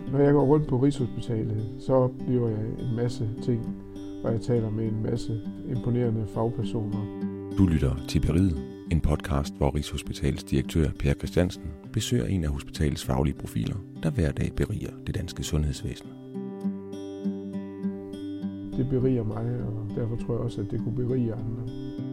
Når jeg går rundt på Rigshospitalet, så oplever jeg en masse ting, og jeg taler med en masse imponerende fagpersoner. Du lytter til Beriget, en podcast, hvor Rigshospitalets direktør Per Christiansen besøger en af hospitalets faglige profiler, der hver dag beriger det danske sundhedsvæsen. Det beriger mig, og derfor tror jeg også, at det kunne berige andre.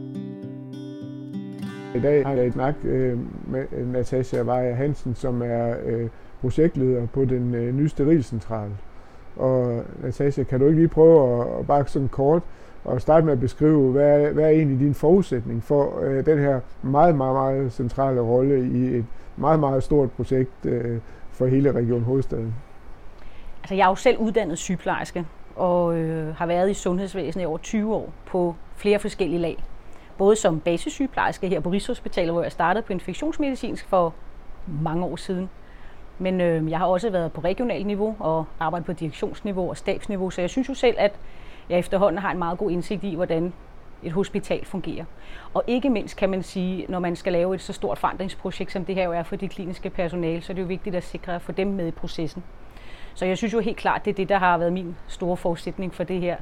I dag har jeg et snak med Natasha Weyer Hansen, som er projektleder på den nye sterilcentral. Og Natasha, kan du ikke lige prøve at bare sådan kort og starte med at beskrive, hvad er egentlig din forudsætning for den her meget, meget, meget centrale rolle i et meget, meget stort projekt for hele Region Hovedstaden? Altså, jeg er jo selv uddannet sygeplejerske og har været i sundhedsvæsenet i over 20 år på flere forskellige lag. Både som basissygeplejerske her på Rigshospitalet, hvor jeg startede på infektionsmedicinsk for mange år siden. Men jeg har også været på regionalt niveau og arbejdet på direktionsniveau og stabsniveau, så jeg synes jo selv, at jeg efterhånden har en meget god indsigt i, hvordan et hospital fungerer. Og ikke mindst kan man sige, når man skal lave et så stort forandringsprojekt, som det her jo er for de kliniske personale, så er det jo vigtigt at sikre at få dem med i processen. Så jeg synes jo helt klart, det er det, der har været min store forudsætning for det her.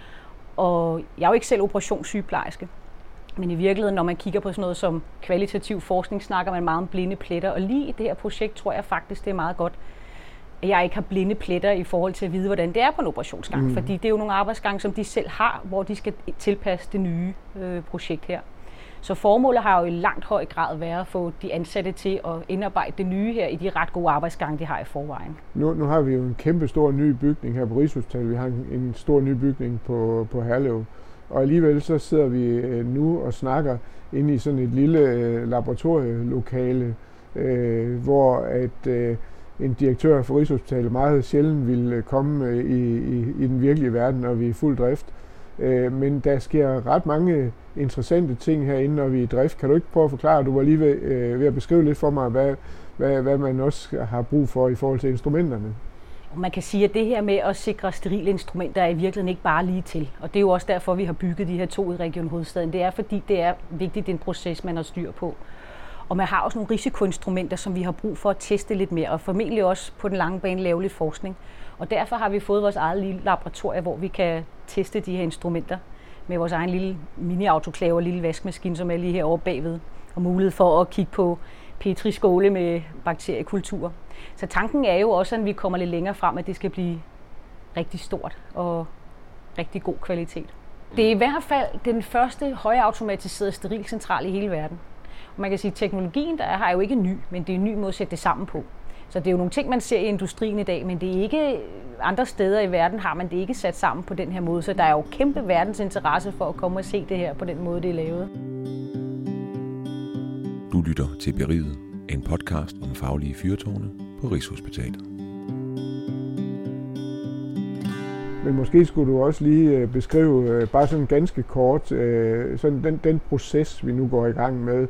Og jeg er jo ikke selv operationssygeplejerske, men i virkeligheden, når man kigger på sådan noget som kvalitativ forskning, snakker man meget om blinde pletter. Og lige i det her projekt tror jeg faktisk, det er meget godt, at jeg ikke har blinde pletter i forhold til at vide, hvordan det er på en operationsgang. Fordi det er jo nogle arbejdsgange, som de selv har, hvor de skal tilpasse det nye projekt her. Så formålet har jo i langt høj grad været at få de ansatte til at indarbejde det nye her i de ret gode arbejdsgange, de har i forvejen. Nu har vi jo en kæmpe stor ny bygning her på Rigshospitalet. Vi har en stor ny bygning på Herlev. Og alligevel så sidder vi nu og snakker inde i sådan et lille laboratorielokale, hvor at en direktør for Rigshospitalet meget sjældent vil komme i den virkelige verden, når vi er i fuld drift. Men der sker ret mange interessante ting herinde, når vi er i drift. Kan du ikke prøve at forklare, du var lige ved at beskrive lidt for mig, hvad man også har brug for i forhold til instrumenterne? Man kan sige, at det her med at sikre sterile instrumenter er i virkeligheden ikke bare lige til. Og det er jo også derfor, vi har bygget de her 2 i Region Hovedstaden. Det er fordi, det er vigtigt, det er en proces, man har styr på. Og man har også nogle risikoinstrumenter, som vi har brug for at teste lidt mere, og formentlig også på den lange bane lave lidt forskning. Og derfor har vi fået vores eget lille laboratorie, hvor vi kan teste de her instrumenter med vores egen lille mini-autoklave og lille vaskemaskine, som er lige herovre bagved, og mulighed for at kigge på petriskåle med bakteriekultur. Så tanken er jo også, at vi kommer lidt længere frem, at det skal blive rigtig stort og rigtig god kvalitet. Det er i hvert fald den første højautomatiserede sterilcentral i hele verden. Og man kan sige, at teknologien, der er her, er jo ikke ny, men det er en ny måde at sætte det sammen på. Så det er jo nogle ting, man ser i industrien i dag, men det er ikke andre steder i verden, har man det ikke sat sammen på den her måde. Så der er jo kæmpe verdensinteresse for at komme og se det her på den måde, det er lavet. Du lytter til Beriget, en podcast om faglige fyrtårne på Rigshospitalet. Men måske skulle du også lige beskrive, bare sådan ganske kort, sådan den proces, vi nu går i gang med,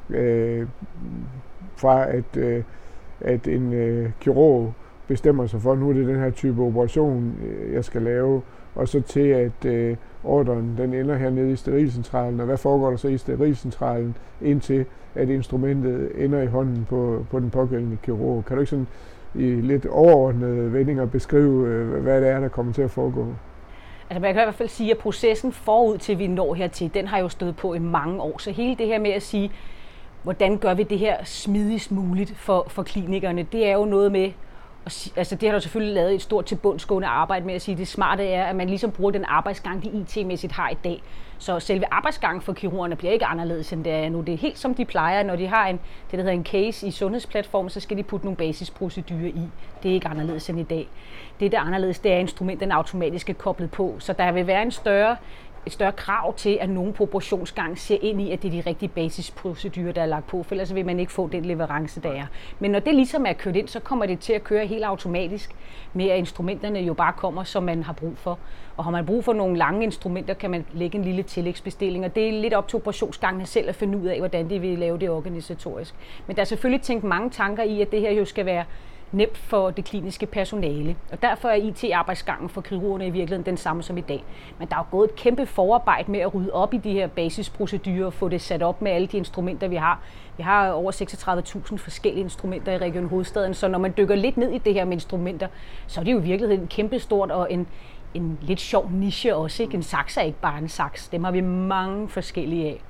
fra at en kirurg bestemmer sig for, nu er det den her type operation, jeg skal lave, og så til at ordren den ender hernede i sterilcentralen, og hvad foregår der så i sterilcentralen, indtil at instrumentet ender i hånden på den pågældende kirurg. Kan du ikke sådan i lidt overordnede vendinger beskrive, hvad det er, der kommer til at foregå? Altså man kan i hvert fald sige, at processen forud til vi når hertil, den har jo stået på i mange år. Så hele det her med at sige, hvordan gør vi det her smidigst muligt for klinikerne, det er jo noget med, altså det har der selvfølgelig lavet et stort tilbundsgående arbejde med at sige, det smarte er, at man ligesom bruger den arbejdsgang, de IT-mæssigt har i dag. Så selve arbejdsgangen for kirurgerne bliver ikke anderledes, end det er nu. Det er helt som de plejer. Når de har det der hedder en case i sundhedsplatformen, så skal de putte nogle basisprocedurer i. Det er ikke anderledes end i dag. Det, der er anderledes, det er, at instrumenterne automatisk er koblet på. Så der vil være et større krav til, at nogen på operationsgang ser ind i, at det er de rigtige basisprocedurer, der er lagt på, for ellers vil man ikke få den leverance, der er. Men når det ligesom er kørt ind, så kommer det til at køre helt automatisk, med at instrumenterne jo bare kommer, som man har brug for. Og har man brug for nogle lange instrumenter, kan man lægge en lille tillægsbestilling, og det er lidt op til operationsgangene selv at finde ud af, hvordan de vil lave det organisatorisk. Men der er selvfølgelig tænkt mange tanker i, at det her jo skal være nemt for det kliniske personale. Og derfor er IT-arbejdsgangen for kirurgerne i virkeligheden den samme som i dag. Men der er gået et kæmpe forarbejde med at rydde op i de her basisprocedurer og få det sat op med alle de instrumenter, vi har. Vi har over 36.000 forskellige instrumenter i Region Hovedstaden, så når man dykker lidt ned i det her med instrumenter, så er det jo i virkeligheden kæmpe stort og en lidt sjov niche også. Ikke? En saks er ikke bare en saks. Dem har vi mange forskellige af.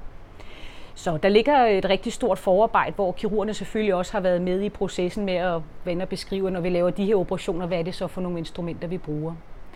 Så der ligger et rigtig stort forarbejde, hvor kirurgerne selvfølgelig også har været med i processen med at vende og beskrive, når vi laver de her operationer, hvad er det så for nogle instrumenter, vi bruger.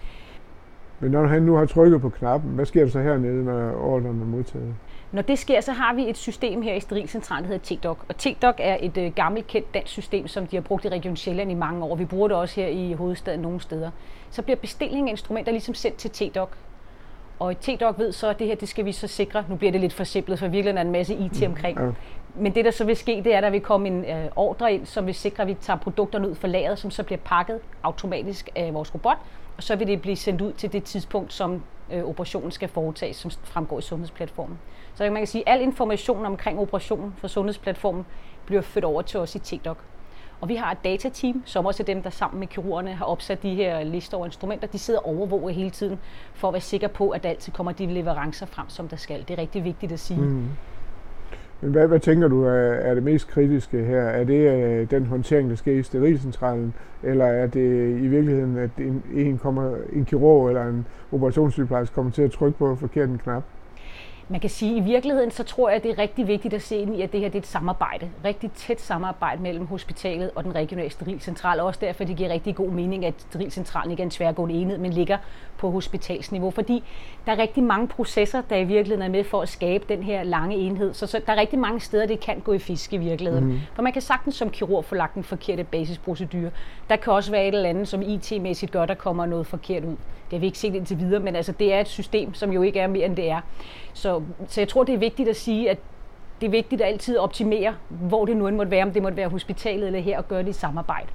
Men når han nu har trykket på knappen, hvad sker der så hernede, når ordren er modtaget? Når det sker, så har vi et system her i Sterilcentralen, der hedder TECDOC. Og TECDOC er et gammelt kendt dansk system, som de har brugt i Region Sjælland i mange år. Vi bruger det også her i hovedstaden nogle steder. Så bliver bestillingen af instrumenter ligesom sendt til TECDOC. Og TECDOC ved så, at det her, det skal vi så sikre. Nu bliver det lidt forsimplet, for virkelig er en masse IT omkring. Ja. Men det, der så vil ske, det er, at der vil komme en ordre ind, som vil sikre, at vi tager produkterne ud fra lageret, som så bliver pakket automatisk af vores robot. Og så vil det blive sendt ud til det tidspunkt, som operationen skal foretages, som fremgår i sundhedsplatformen. Så man kan sige, at al information omkring operationen fra sundhedsplatformen bliver ført over til os i TECDOC. Og vi har et datateam, som også er dem, der sammen med kirurgerne har opsat de her lister over instrumenter. De sidder og overvåger hele tiden for at være sikre på, at der altid kommer de leverancer frem, som der skal. Det er rigtig vigtigt at sige. Mm. Men hvad tænker du er det mest kritiske her? Er det den håndtering, der sker i Sterilcentralen, eller er det i virkeligheden, at en kirurg eller en operationssygeplejerske kommer til at trykke på forkert en knap? Man kan sige, at i virkeligheden, så tror jeg, at det er rigtig vigtigt at se ind i, at det her det er et samarbejde. Rigtig tæt samarbejde mellem hospitalet og den regionale sterilcentral. Også derfor, det giver rigtig god mening, at sterilcentralen ikke er en tværgående enhed, men ligger på hospitalsniveau. Fordi der er rigtig mange processer, der i virkeligheden er med for at skabe den her lange enhed. Så der er rigtig mange steder, det kan gå i fisk i virkeligheden. Mm-hmm. For man kan sagtens som kirurg få lagt en forkerte basisprocedure. Der kan også være et eller andet, som IT-mæssigt gør, der kommer noget forkert ud. Det har vi ikke set indtil videre, men altså, det er et system, som jo ikke er mere, end det er. Så jeg tror, det er vigtigt at sige, at det er vigtigt at altid optimere, hvor det nu end måtte være, om det måtte være hospitalet eller her, og gøre det i samarbejde.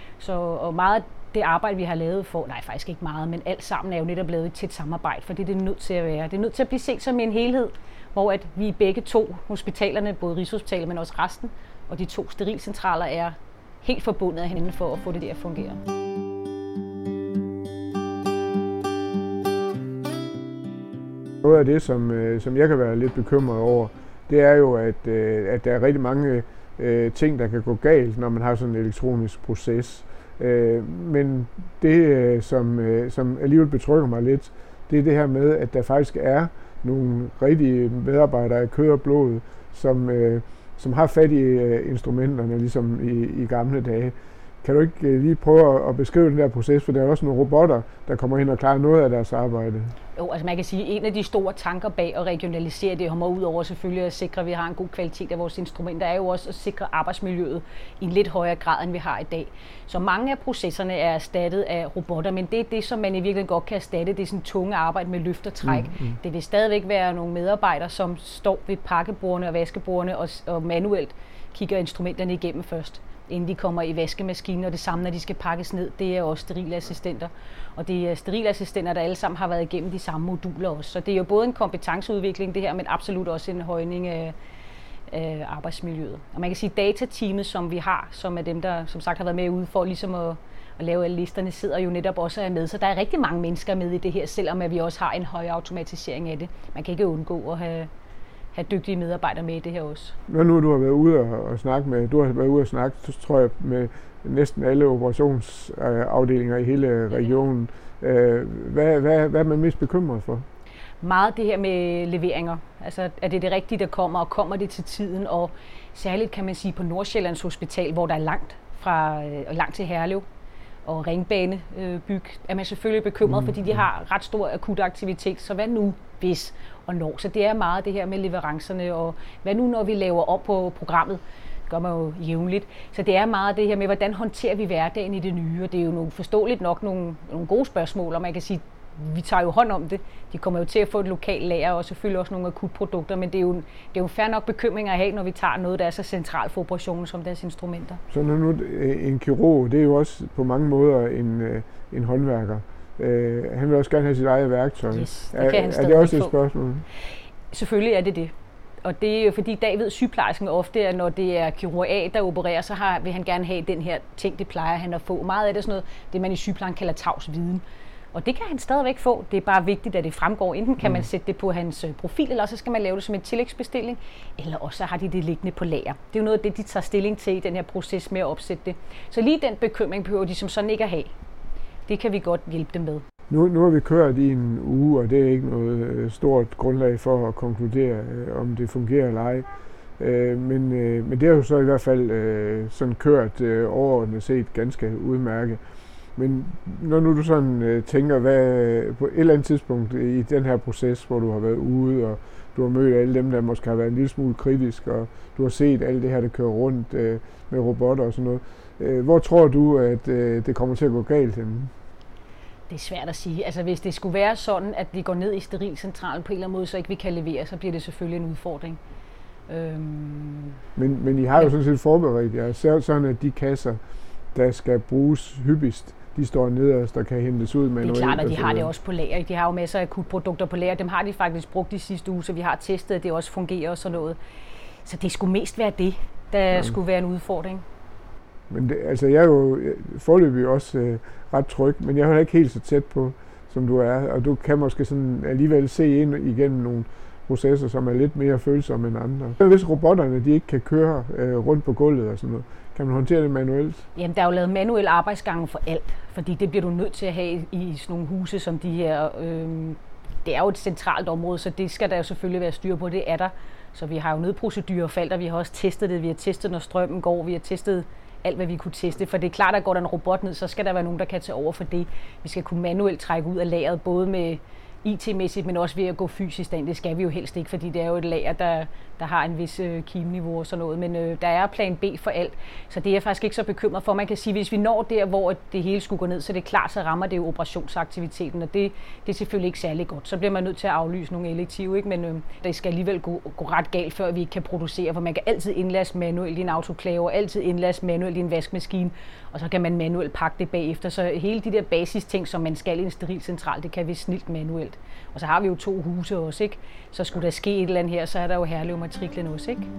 Og meget af det arbejde, vi har lavet faktisk ikke meget, men alt sammen er jo netop lavet i tæt samarbejde, for det er det nødt til at være. Det er nødt til at blive set som en helhed, hvor at vi begge to hospitalerne, både Rigshospitalet, men også resten, og de to sterilcentraler er helt forbundet af hinanden for at få det der at fungere. Noget af det, som jeg kan være lidt bekymret over, det er jo, at der er rigtig mange ting, der kan gå galt, når man har sådan en elektronisk proces. Men det, som alligevel betrykker mig lidt, det er det her med, at der faktisk er nogle rigtige medarbejdere af kød og blod, som har fat i instrumenterne, ligesom i gamle dage. Kan du ikke lige prøve at beskrive den der proces, for der er også nogle robotter, der kommer ind og klarer noget af deres arbejde? Jo, altså man kan sige, at en af de store tanker bag at regionalisere det, kommer ud over selvfølgelig at sikre, at vi har en god kvalitet af vores instrumenter, er jo også at sikre arbejdsmiljøet i en lidt højere grad, end vi har i dag. Så mange af processerne er erstattet af robotter, men det er det, som man i virkeligheden godt kan erstatte, det er sådan tunge arbejde med løft og træk. Det vil stadigvæk være nogle medarbejdere, som står ved pakkebordene og vaskebordene og manuelt kigger instrumenterne igennem først, inden de kommer i vaskemaskinen, og det samme, når de skal pakkes ned, det er også sterile assistenter. Og det er sterile assistenter, der alle sammen har været igennem de samme moduler også. Så det er jo både en kompetenceudvikling, det her, men absolut også en højning af arbejdsmiljøet. Og man kan sige, at datateamet, som vi har, som er dem, der som sagt har været med ude for ligesom at lave alle listerne, sidder jo netop også med. Så der er rigtig mange mennesker med i det her, selvom at vi også har en høj automatisering af det. Man kan ikke undgå at have dygtige medarbejdere med i det her også. Når nu du har været ude og snakke med, tror jeg, med næsten alle operationsafdelinger i hele regionen. Hvad er man mest bekymret for? Meget det her med leveringer. Altså, er det rigtige, der kommer, og kommer det til tiden? Og særligt kan man sige på Nordsjællands Hospital, hvor der er langt til Herlev og Ringbanebyg, er man selvfølgelig bekymret, fordi de har ret stor akut aktivitet. Så hvad nu, hvis og når? Så det er meget det her med leverancerne, og hvad nu, når vi laver op på programmet? Det gør man jo jævnligt. Så det er meget det her med, hvordan håndterer vi hverdagen i det nye? Og det er jo forståeligt nok nogle gode spørgsmål, og man kan sige, vi tager jo hånd om det. De kommer jo til at få et lokalt lager, og selvfølgelig også nogle akutprodukter, men det er jo fair nok bekymring at have, når vi tager noget, der er så centralt for operationen som deres instrumenter. Så nu en kirurg, det er jo også på mange måder en håndværker. Han vil også gerne have sit eget værktøj. Yes, det kan han er det også et spørgsmål? Selvfølgelig er det det. Og det er jo fordi, i dag ved sygeplejersken ofte, at når det er kirurg A, der opererer, så vil han gerne have den her ting, det plejer han at få. Meget af det er sådan noget, det man i sygeplejen kalder tavs viden. Og det kan han stadigvæk få. Det er bare vigtigt, at det fremgår. Enten kan man sætte det på hans profil, eller så skal man lave det som en tillægsbestilling, eller også har de det liggende på lager. Det er jo noget af det, de tager stilling til i den her proces med at opsætte det. Så lige den bekymring behøver de som sådan ikke at have. Det kan vi godt hjælpe dem med. Nu har vi kørt i en uge, og det er ikke noget stort grundlag for at konkludere, om det fungerer eller ej. Men det er jo så i hvert fald sådan kørt overordnet set ganske udmærket. Men når nu du sådan tænker, hvad på et eller andet tidspunkt i den her proces, hvor du har været ude, og du har mødt alle dem, der måske har været en lille smule kritisk, og du har set alt det her, der kører rundt med robotter og sådan noget. Hvor tror du, at det kommer til at gå galt henne? Det er svært at sige. Altså hvis det skulle være sådan, at vi går ned i sterilcentralen på en eller anden måde, så ikke vi kan levere, så bliver det selvfølgelig en udfordring. Men I har jo sådan set forberedt jer, sådan at de kasser, der skal bruges hyppigst, de står nederst, der kan hentes ud manuelt. Det er klart, at de har det også på lager. De har jo masser af akutprodukter på lager. Dem har de faktisk brugt de sidste uge, så vi har testet, at det også fungerer og sådan noget. Så det skulle mest være det, der skulle være en udfordring. Men det, altså jeg er jo foreløbig også ret tryg, men jeg er ikke helt så tæt på, som du er. Og du kan måske sådan alligevel se ind igennem nogle processer, som er lidt mere følsomme end andre. Hvis robotterne de ikke kan køre rundt på gulvet og sådan noget, kan man håndtere det manuelt? Jamen, der er jo lavet manuel arbejdsgange for alt, fordi det bliver du nødt til at have i sådan nogle huse som de her. Det er jo et centralt område, så det skal der jo selvfølgelig være styr på, det er der. Så vi har jo nødprocedurer for alt, og vi har også testet det. Vi har testet, når strømmen går, vi har testet alt, hvad vi kunne teste. For det er klart, at går der en robot ned, så skal der være nogen, der kan tage over for det. Vi skal kunne manuelt trække ud af lageret, både med IT-mæssigt, men også ved at gå fysisk ind. Det skal vi jo helst ikke, fordi det er jo et lager, der har en vis kimeniveau og sådan noget. Men der er plan B for alt, så det er jeg faktisk ikke så bekymret for. Man kan sige, hvis vi når der, hvor det hele skulle gå ned, så det er klart, så rammer det jo operationsaktiviteten, og det er selvfølgelig ikke særlig godt. Så bliver man nødt til at aflyse nogle elektive, ikke? Men det skal alligevel gå ret galt, før vi ikke kan producere, for man kan altid indlaste manuelt i en autoklave, og altid indlaste manuelt i en vaskemaskine, og så kan man manuelt pakke det bagefter. Så hele de der basisting, som man skal i en sterilcentral, det kan vi snilt manuelt. Og så har vi jo 2 huse også, ikke? Så skulle der ske et eller andet her, så er der jo Herlev-matriklen også, ikke?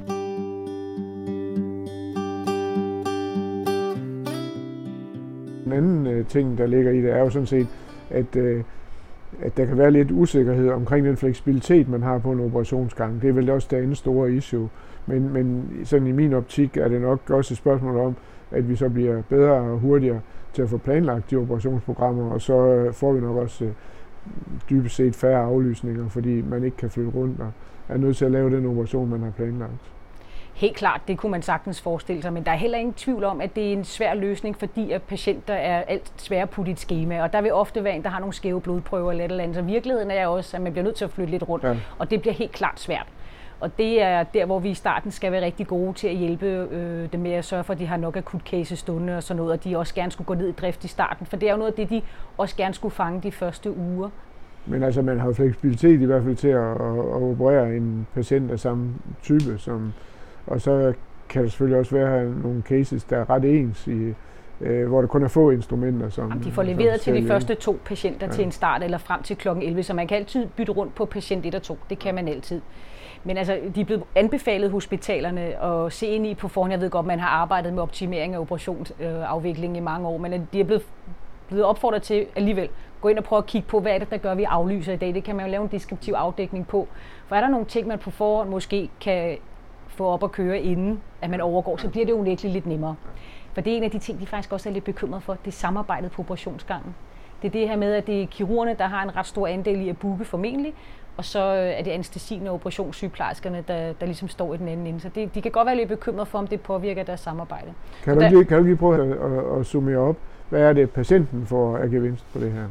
En anden ting, der ligger i det, er jo sådan set, at der kan være lidt usikkerhed omkring den fleksibilitet, man har på en operationsgang. Det er vel også det andet store issue. Men sådan i min optik er det nok også et spørgsmål om, at vi så bliver bedre og hurtigere til at få planlagt de operationsprogrammer, og så får vi nok også dybest set færre aflysninger, fordi man ikke kan flytte rundt og er nødt til at lave den operation, man har planlagt. Helt klart, det kunne man sagtens forestille sig, men der er heller ingen tvivl om, at det er en svær løsning, fordi at patienter er alt svære på dit skema, og der vil ofte være en, der har nogle skæve blodprøver eller andet. Så virkeligheden er også, at man bliver nødt til at flytte lidt rundt, og det bliver helt klart svært. Og det er der, hvor vi i starten skal være rigtig gode til at hjælpe dem med at sørge for, at de har nok akut case stående og sådan noget, og de også gerne skulle gå ned i drift i starten, for det er jo noget af det, de også gerne skulle fange de første uger. Men altså, man har jo fleksibilitet i hvert fald til at operere en patient af samme type, og så kan der selvfølgelig også være nogle cases, der er ret ens, hvor der kun er få instrumenter. De får leveret til de første 2 patienter til en start eller frem til kl. 11, så man kan altid bytte rundt på patient 1 og 2. Det kan man altid. Men altså, de er blevet anbefalet hospitalerne at se ind i på forhånd. Jeg ved godt, man har arbejdet med optimering af operationsafvikling i mange år, men de er blevet opfordret til alligevel gå ind og prøve at kigge på, hvad er det, der gør, vi aflyser i dag. Det kan man jo lave en deskriptiv afdækning på. For er der nogle ting, man på forhånd måske kan få op at køre, inden at man overgår, så bliver det unægteligt lidt nemmere. For det er en af de ting, de faktisk også er lidt bekymret for, det er samarbejdet på operationsgangen. Det er det her med, at det er kirurgerne, der har en ret stor andel i at booke formentlig, og så er det anæstesien og operationssygeplejerskerne, der ligesom står i den anden ende. Så de kan godt være lidt bekymret for, om det påvirker deres samarbejde. Kan du lige prøve at summere op? Hvad er det, patienten får af gevinst på det her?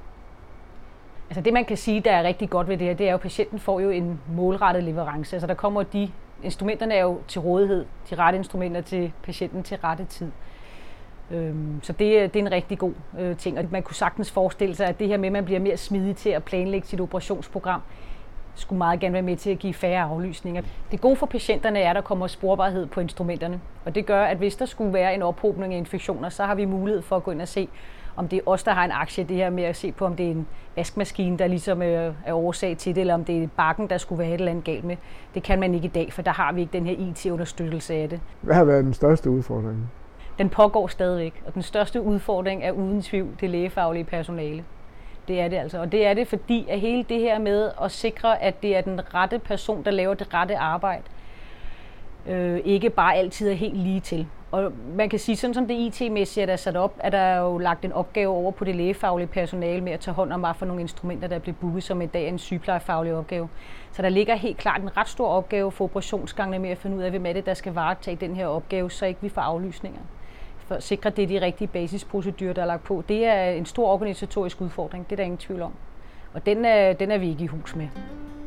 Altså det, man kan sige, der er rigtig godt ved det her, det er jo, at patienten får jo en målrettet leverance. Altså der kommer instrumenterne er jo til rådighed, de rette instrumenter til patienten til rette tid. Så det er en rigtig god ting, og man kunne sagtens forestille sig, at det her med, at man bliver mere smidig til at planlægge sit operationsprogram, skulle meget gerne være med til at give færre aflysninger. Det gode for patienterne er, at der kommer sporbarhed på instrumenterne, og det gør, at hvis der skulle være en ophobning af infektioner, så har vi mulighed for at gå ind og se, om det er os, der har en aktie, det her med at se på, om det er en vaskemaskine, der ligesom er årsag til det, eller om det er bakken, der skulle være et eller andet galt med. Det kan man ikke i dag, for der har vi ikke den her IT-understøttelse af det. Hvad har været den største udfordring? Den pågår stadigvæk, og den største udfordring er uden tvivl det lægefaglige personale. Det er det altså, og det er det, fordi at hele det her med at sikre, at det er den rette person, der laver det rette arbejde, ikke bare altid er helt lige til. Og man kan sige, sådan som det IT-mæssigt er der sat op, er der jo lagt en opgave over på det lægefaglige personale med at tage hånd om, hvad for nogle instrumenter, der bliver booket, som i dag er en sygeplejefaglig opgave. Så der ligger helt klart en ret stor opgave for operationsgangene med at finde ud af, hvem er det, der skal varetage den her opgave, så ikke vi får aflysninger. For at sikre, at det er de rigtige basisprocedurer, der er lagt på. Det er en stor organisatorisk udfordring, det er der ingen tvivl om. Og den er vi ikke i hus med.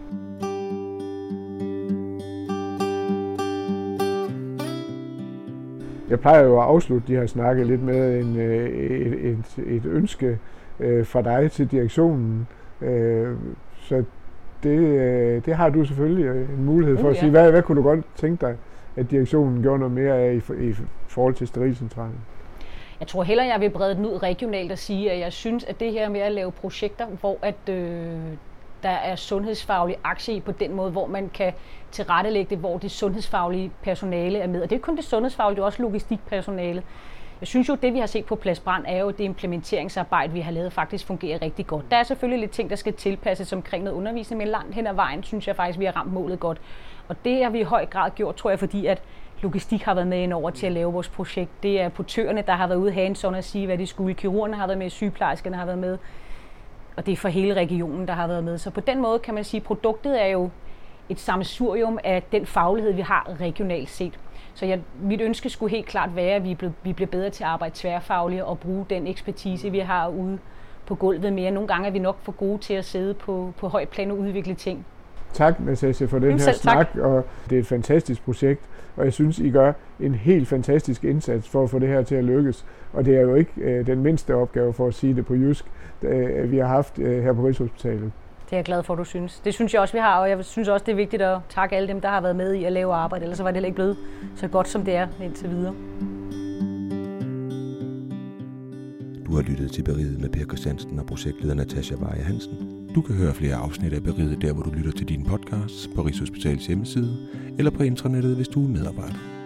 Jeg plejer jo at afslutte de her snakke lidt med et ønske fra dig til direktionen. Så det har du selvfølgelig en mulighed for at sige. Hvad kunne du godt tænke dig, at direktionen gjorde noget mere af i forhold til sterilcentralen? Jeg tror hellere, jeg vil brede den ud regionalt og sige, at jeg synes, at det her med at lave projekter, hvor der er sundhedsfaglig aktie i på den måde, hvor man kan tilrettelægge det, hvor det sundhedsfaglige personale er med. Og det er kun det sundhedsfaglige, det er også logistikpersonale. Jeg synes jo, det vi har set på Plads Brand er jo det implementeringsarbejde, vi har lavet, faktisk fungerer rigtig godt. Der er selvfølgelig lidt ting, der skal tilpasses omkring noget undervisning, men langt hen ad vejen synes jeg faktisk, vi har ramt målet godt. Og det har vi i høj grad gjort, tror jeg, fordi at logistik har været med ind over til at lave vores projekt. Det er portørerne, der har været ude hands-on at sige, hvad de skulle. Kirurgerne har været med, sygeplejerskerne har været med. Og det er for hele regionen, der har været med. Så på den måde kan man sige, at produktet er jo et sammensurium af den faglighed, vi har regionalt set. Så mit ønske skulle helt klart være, at vi bliver bedre til at arbejde tværfagligt og bruge den ekspertise, vi har ude på gulvet mere. Nogle gange er vi nok for gode til at sidde på højt plan og udvikle ting. Tak, Natasja, for den her snak, og det er et fantastisk projekt, og jeg synes, I gør en helt fantastisk indsats for at få det her til at lykkes. Og det er jo ikke den mindste opgave, for at sige det på jysk, vi har haft her på Rigshospitalet. Det er jeg glad for, at du synes. Det synes jeg også, vi har, og jeg synes også, det er vigtigt at takke alle dem, der har været med i at lave arbejde, ellers var det heller ikke blevet så godt, som det er indtil videre. Du har lyttet til Beriget med Per Christiansen og projektleder Natasja Warje Hansen. Du kan høre flere afsnit af Beriget der, hvor du lytter til dine podcasts, på Rigshospitalets hjemmeside eller på intranettet, hvis du er medarbejder.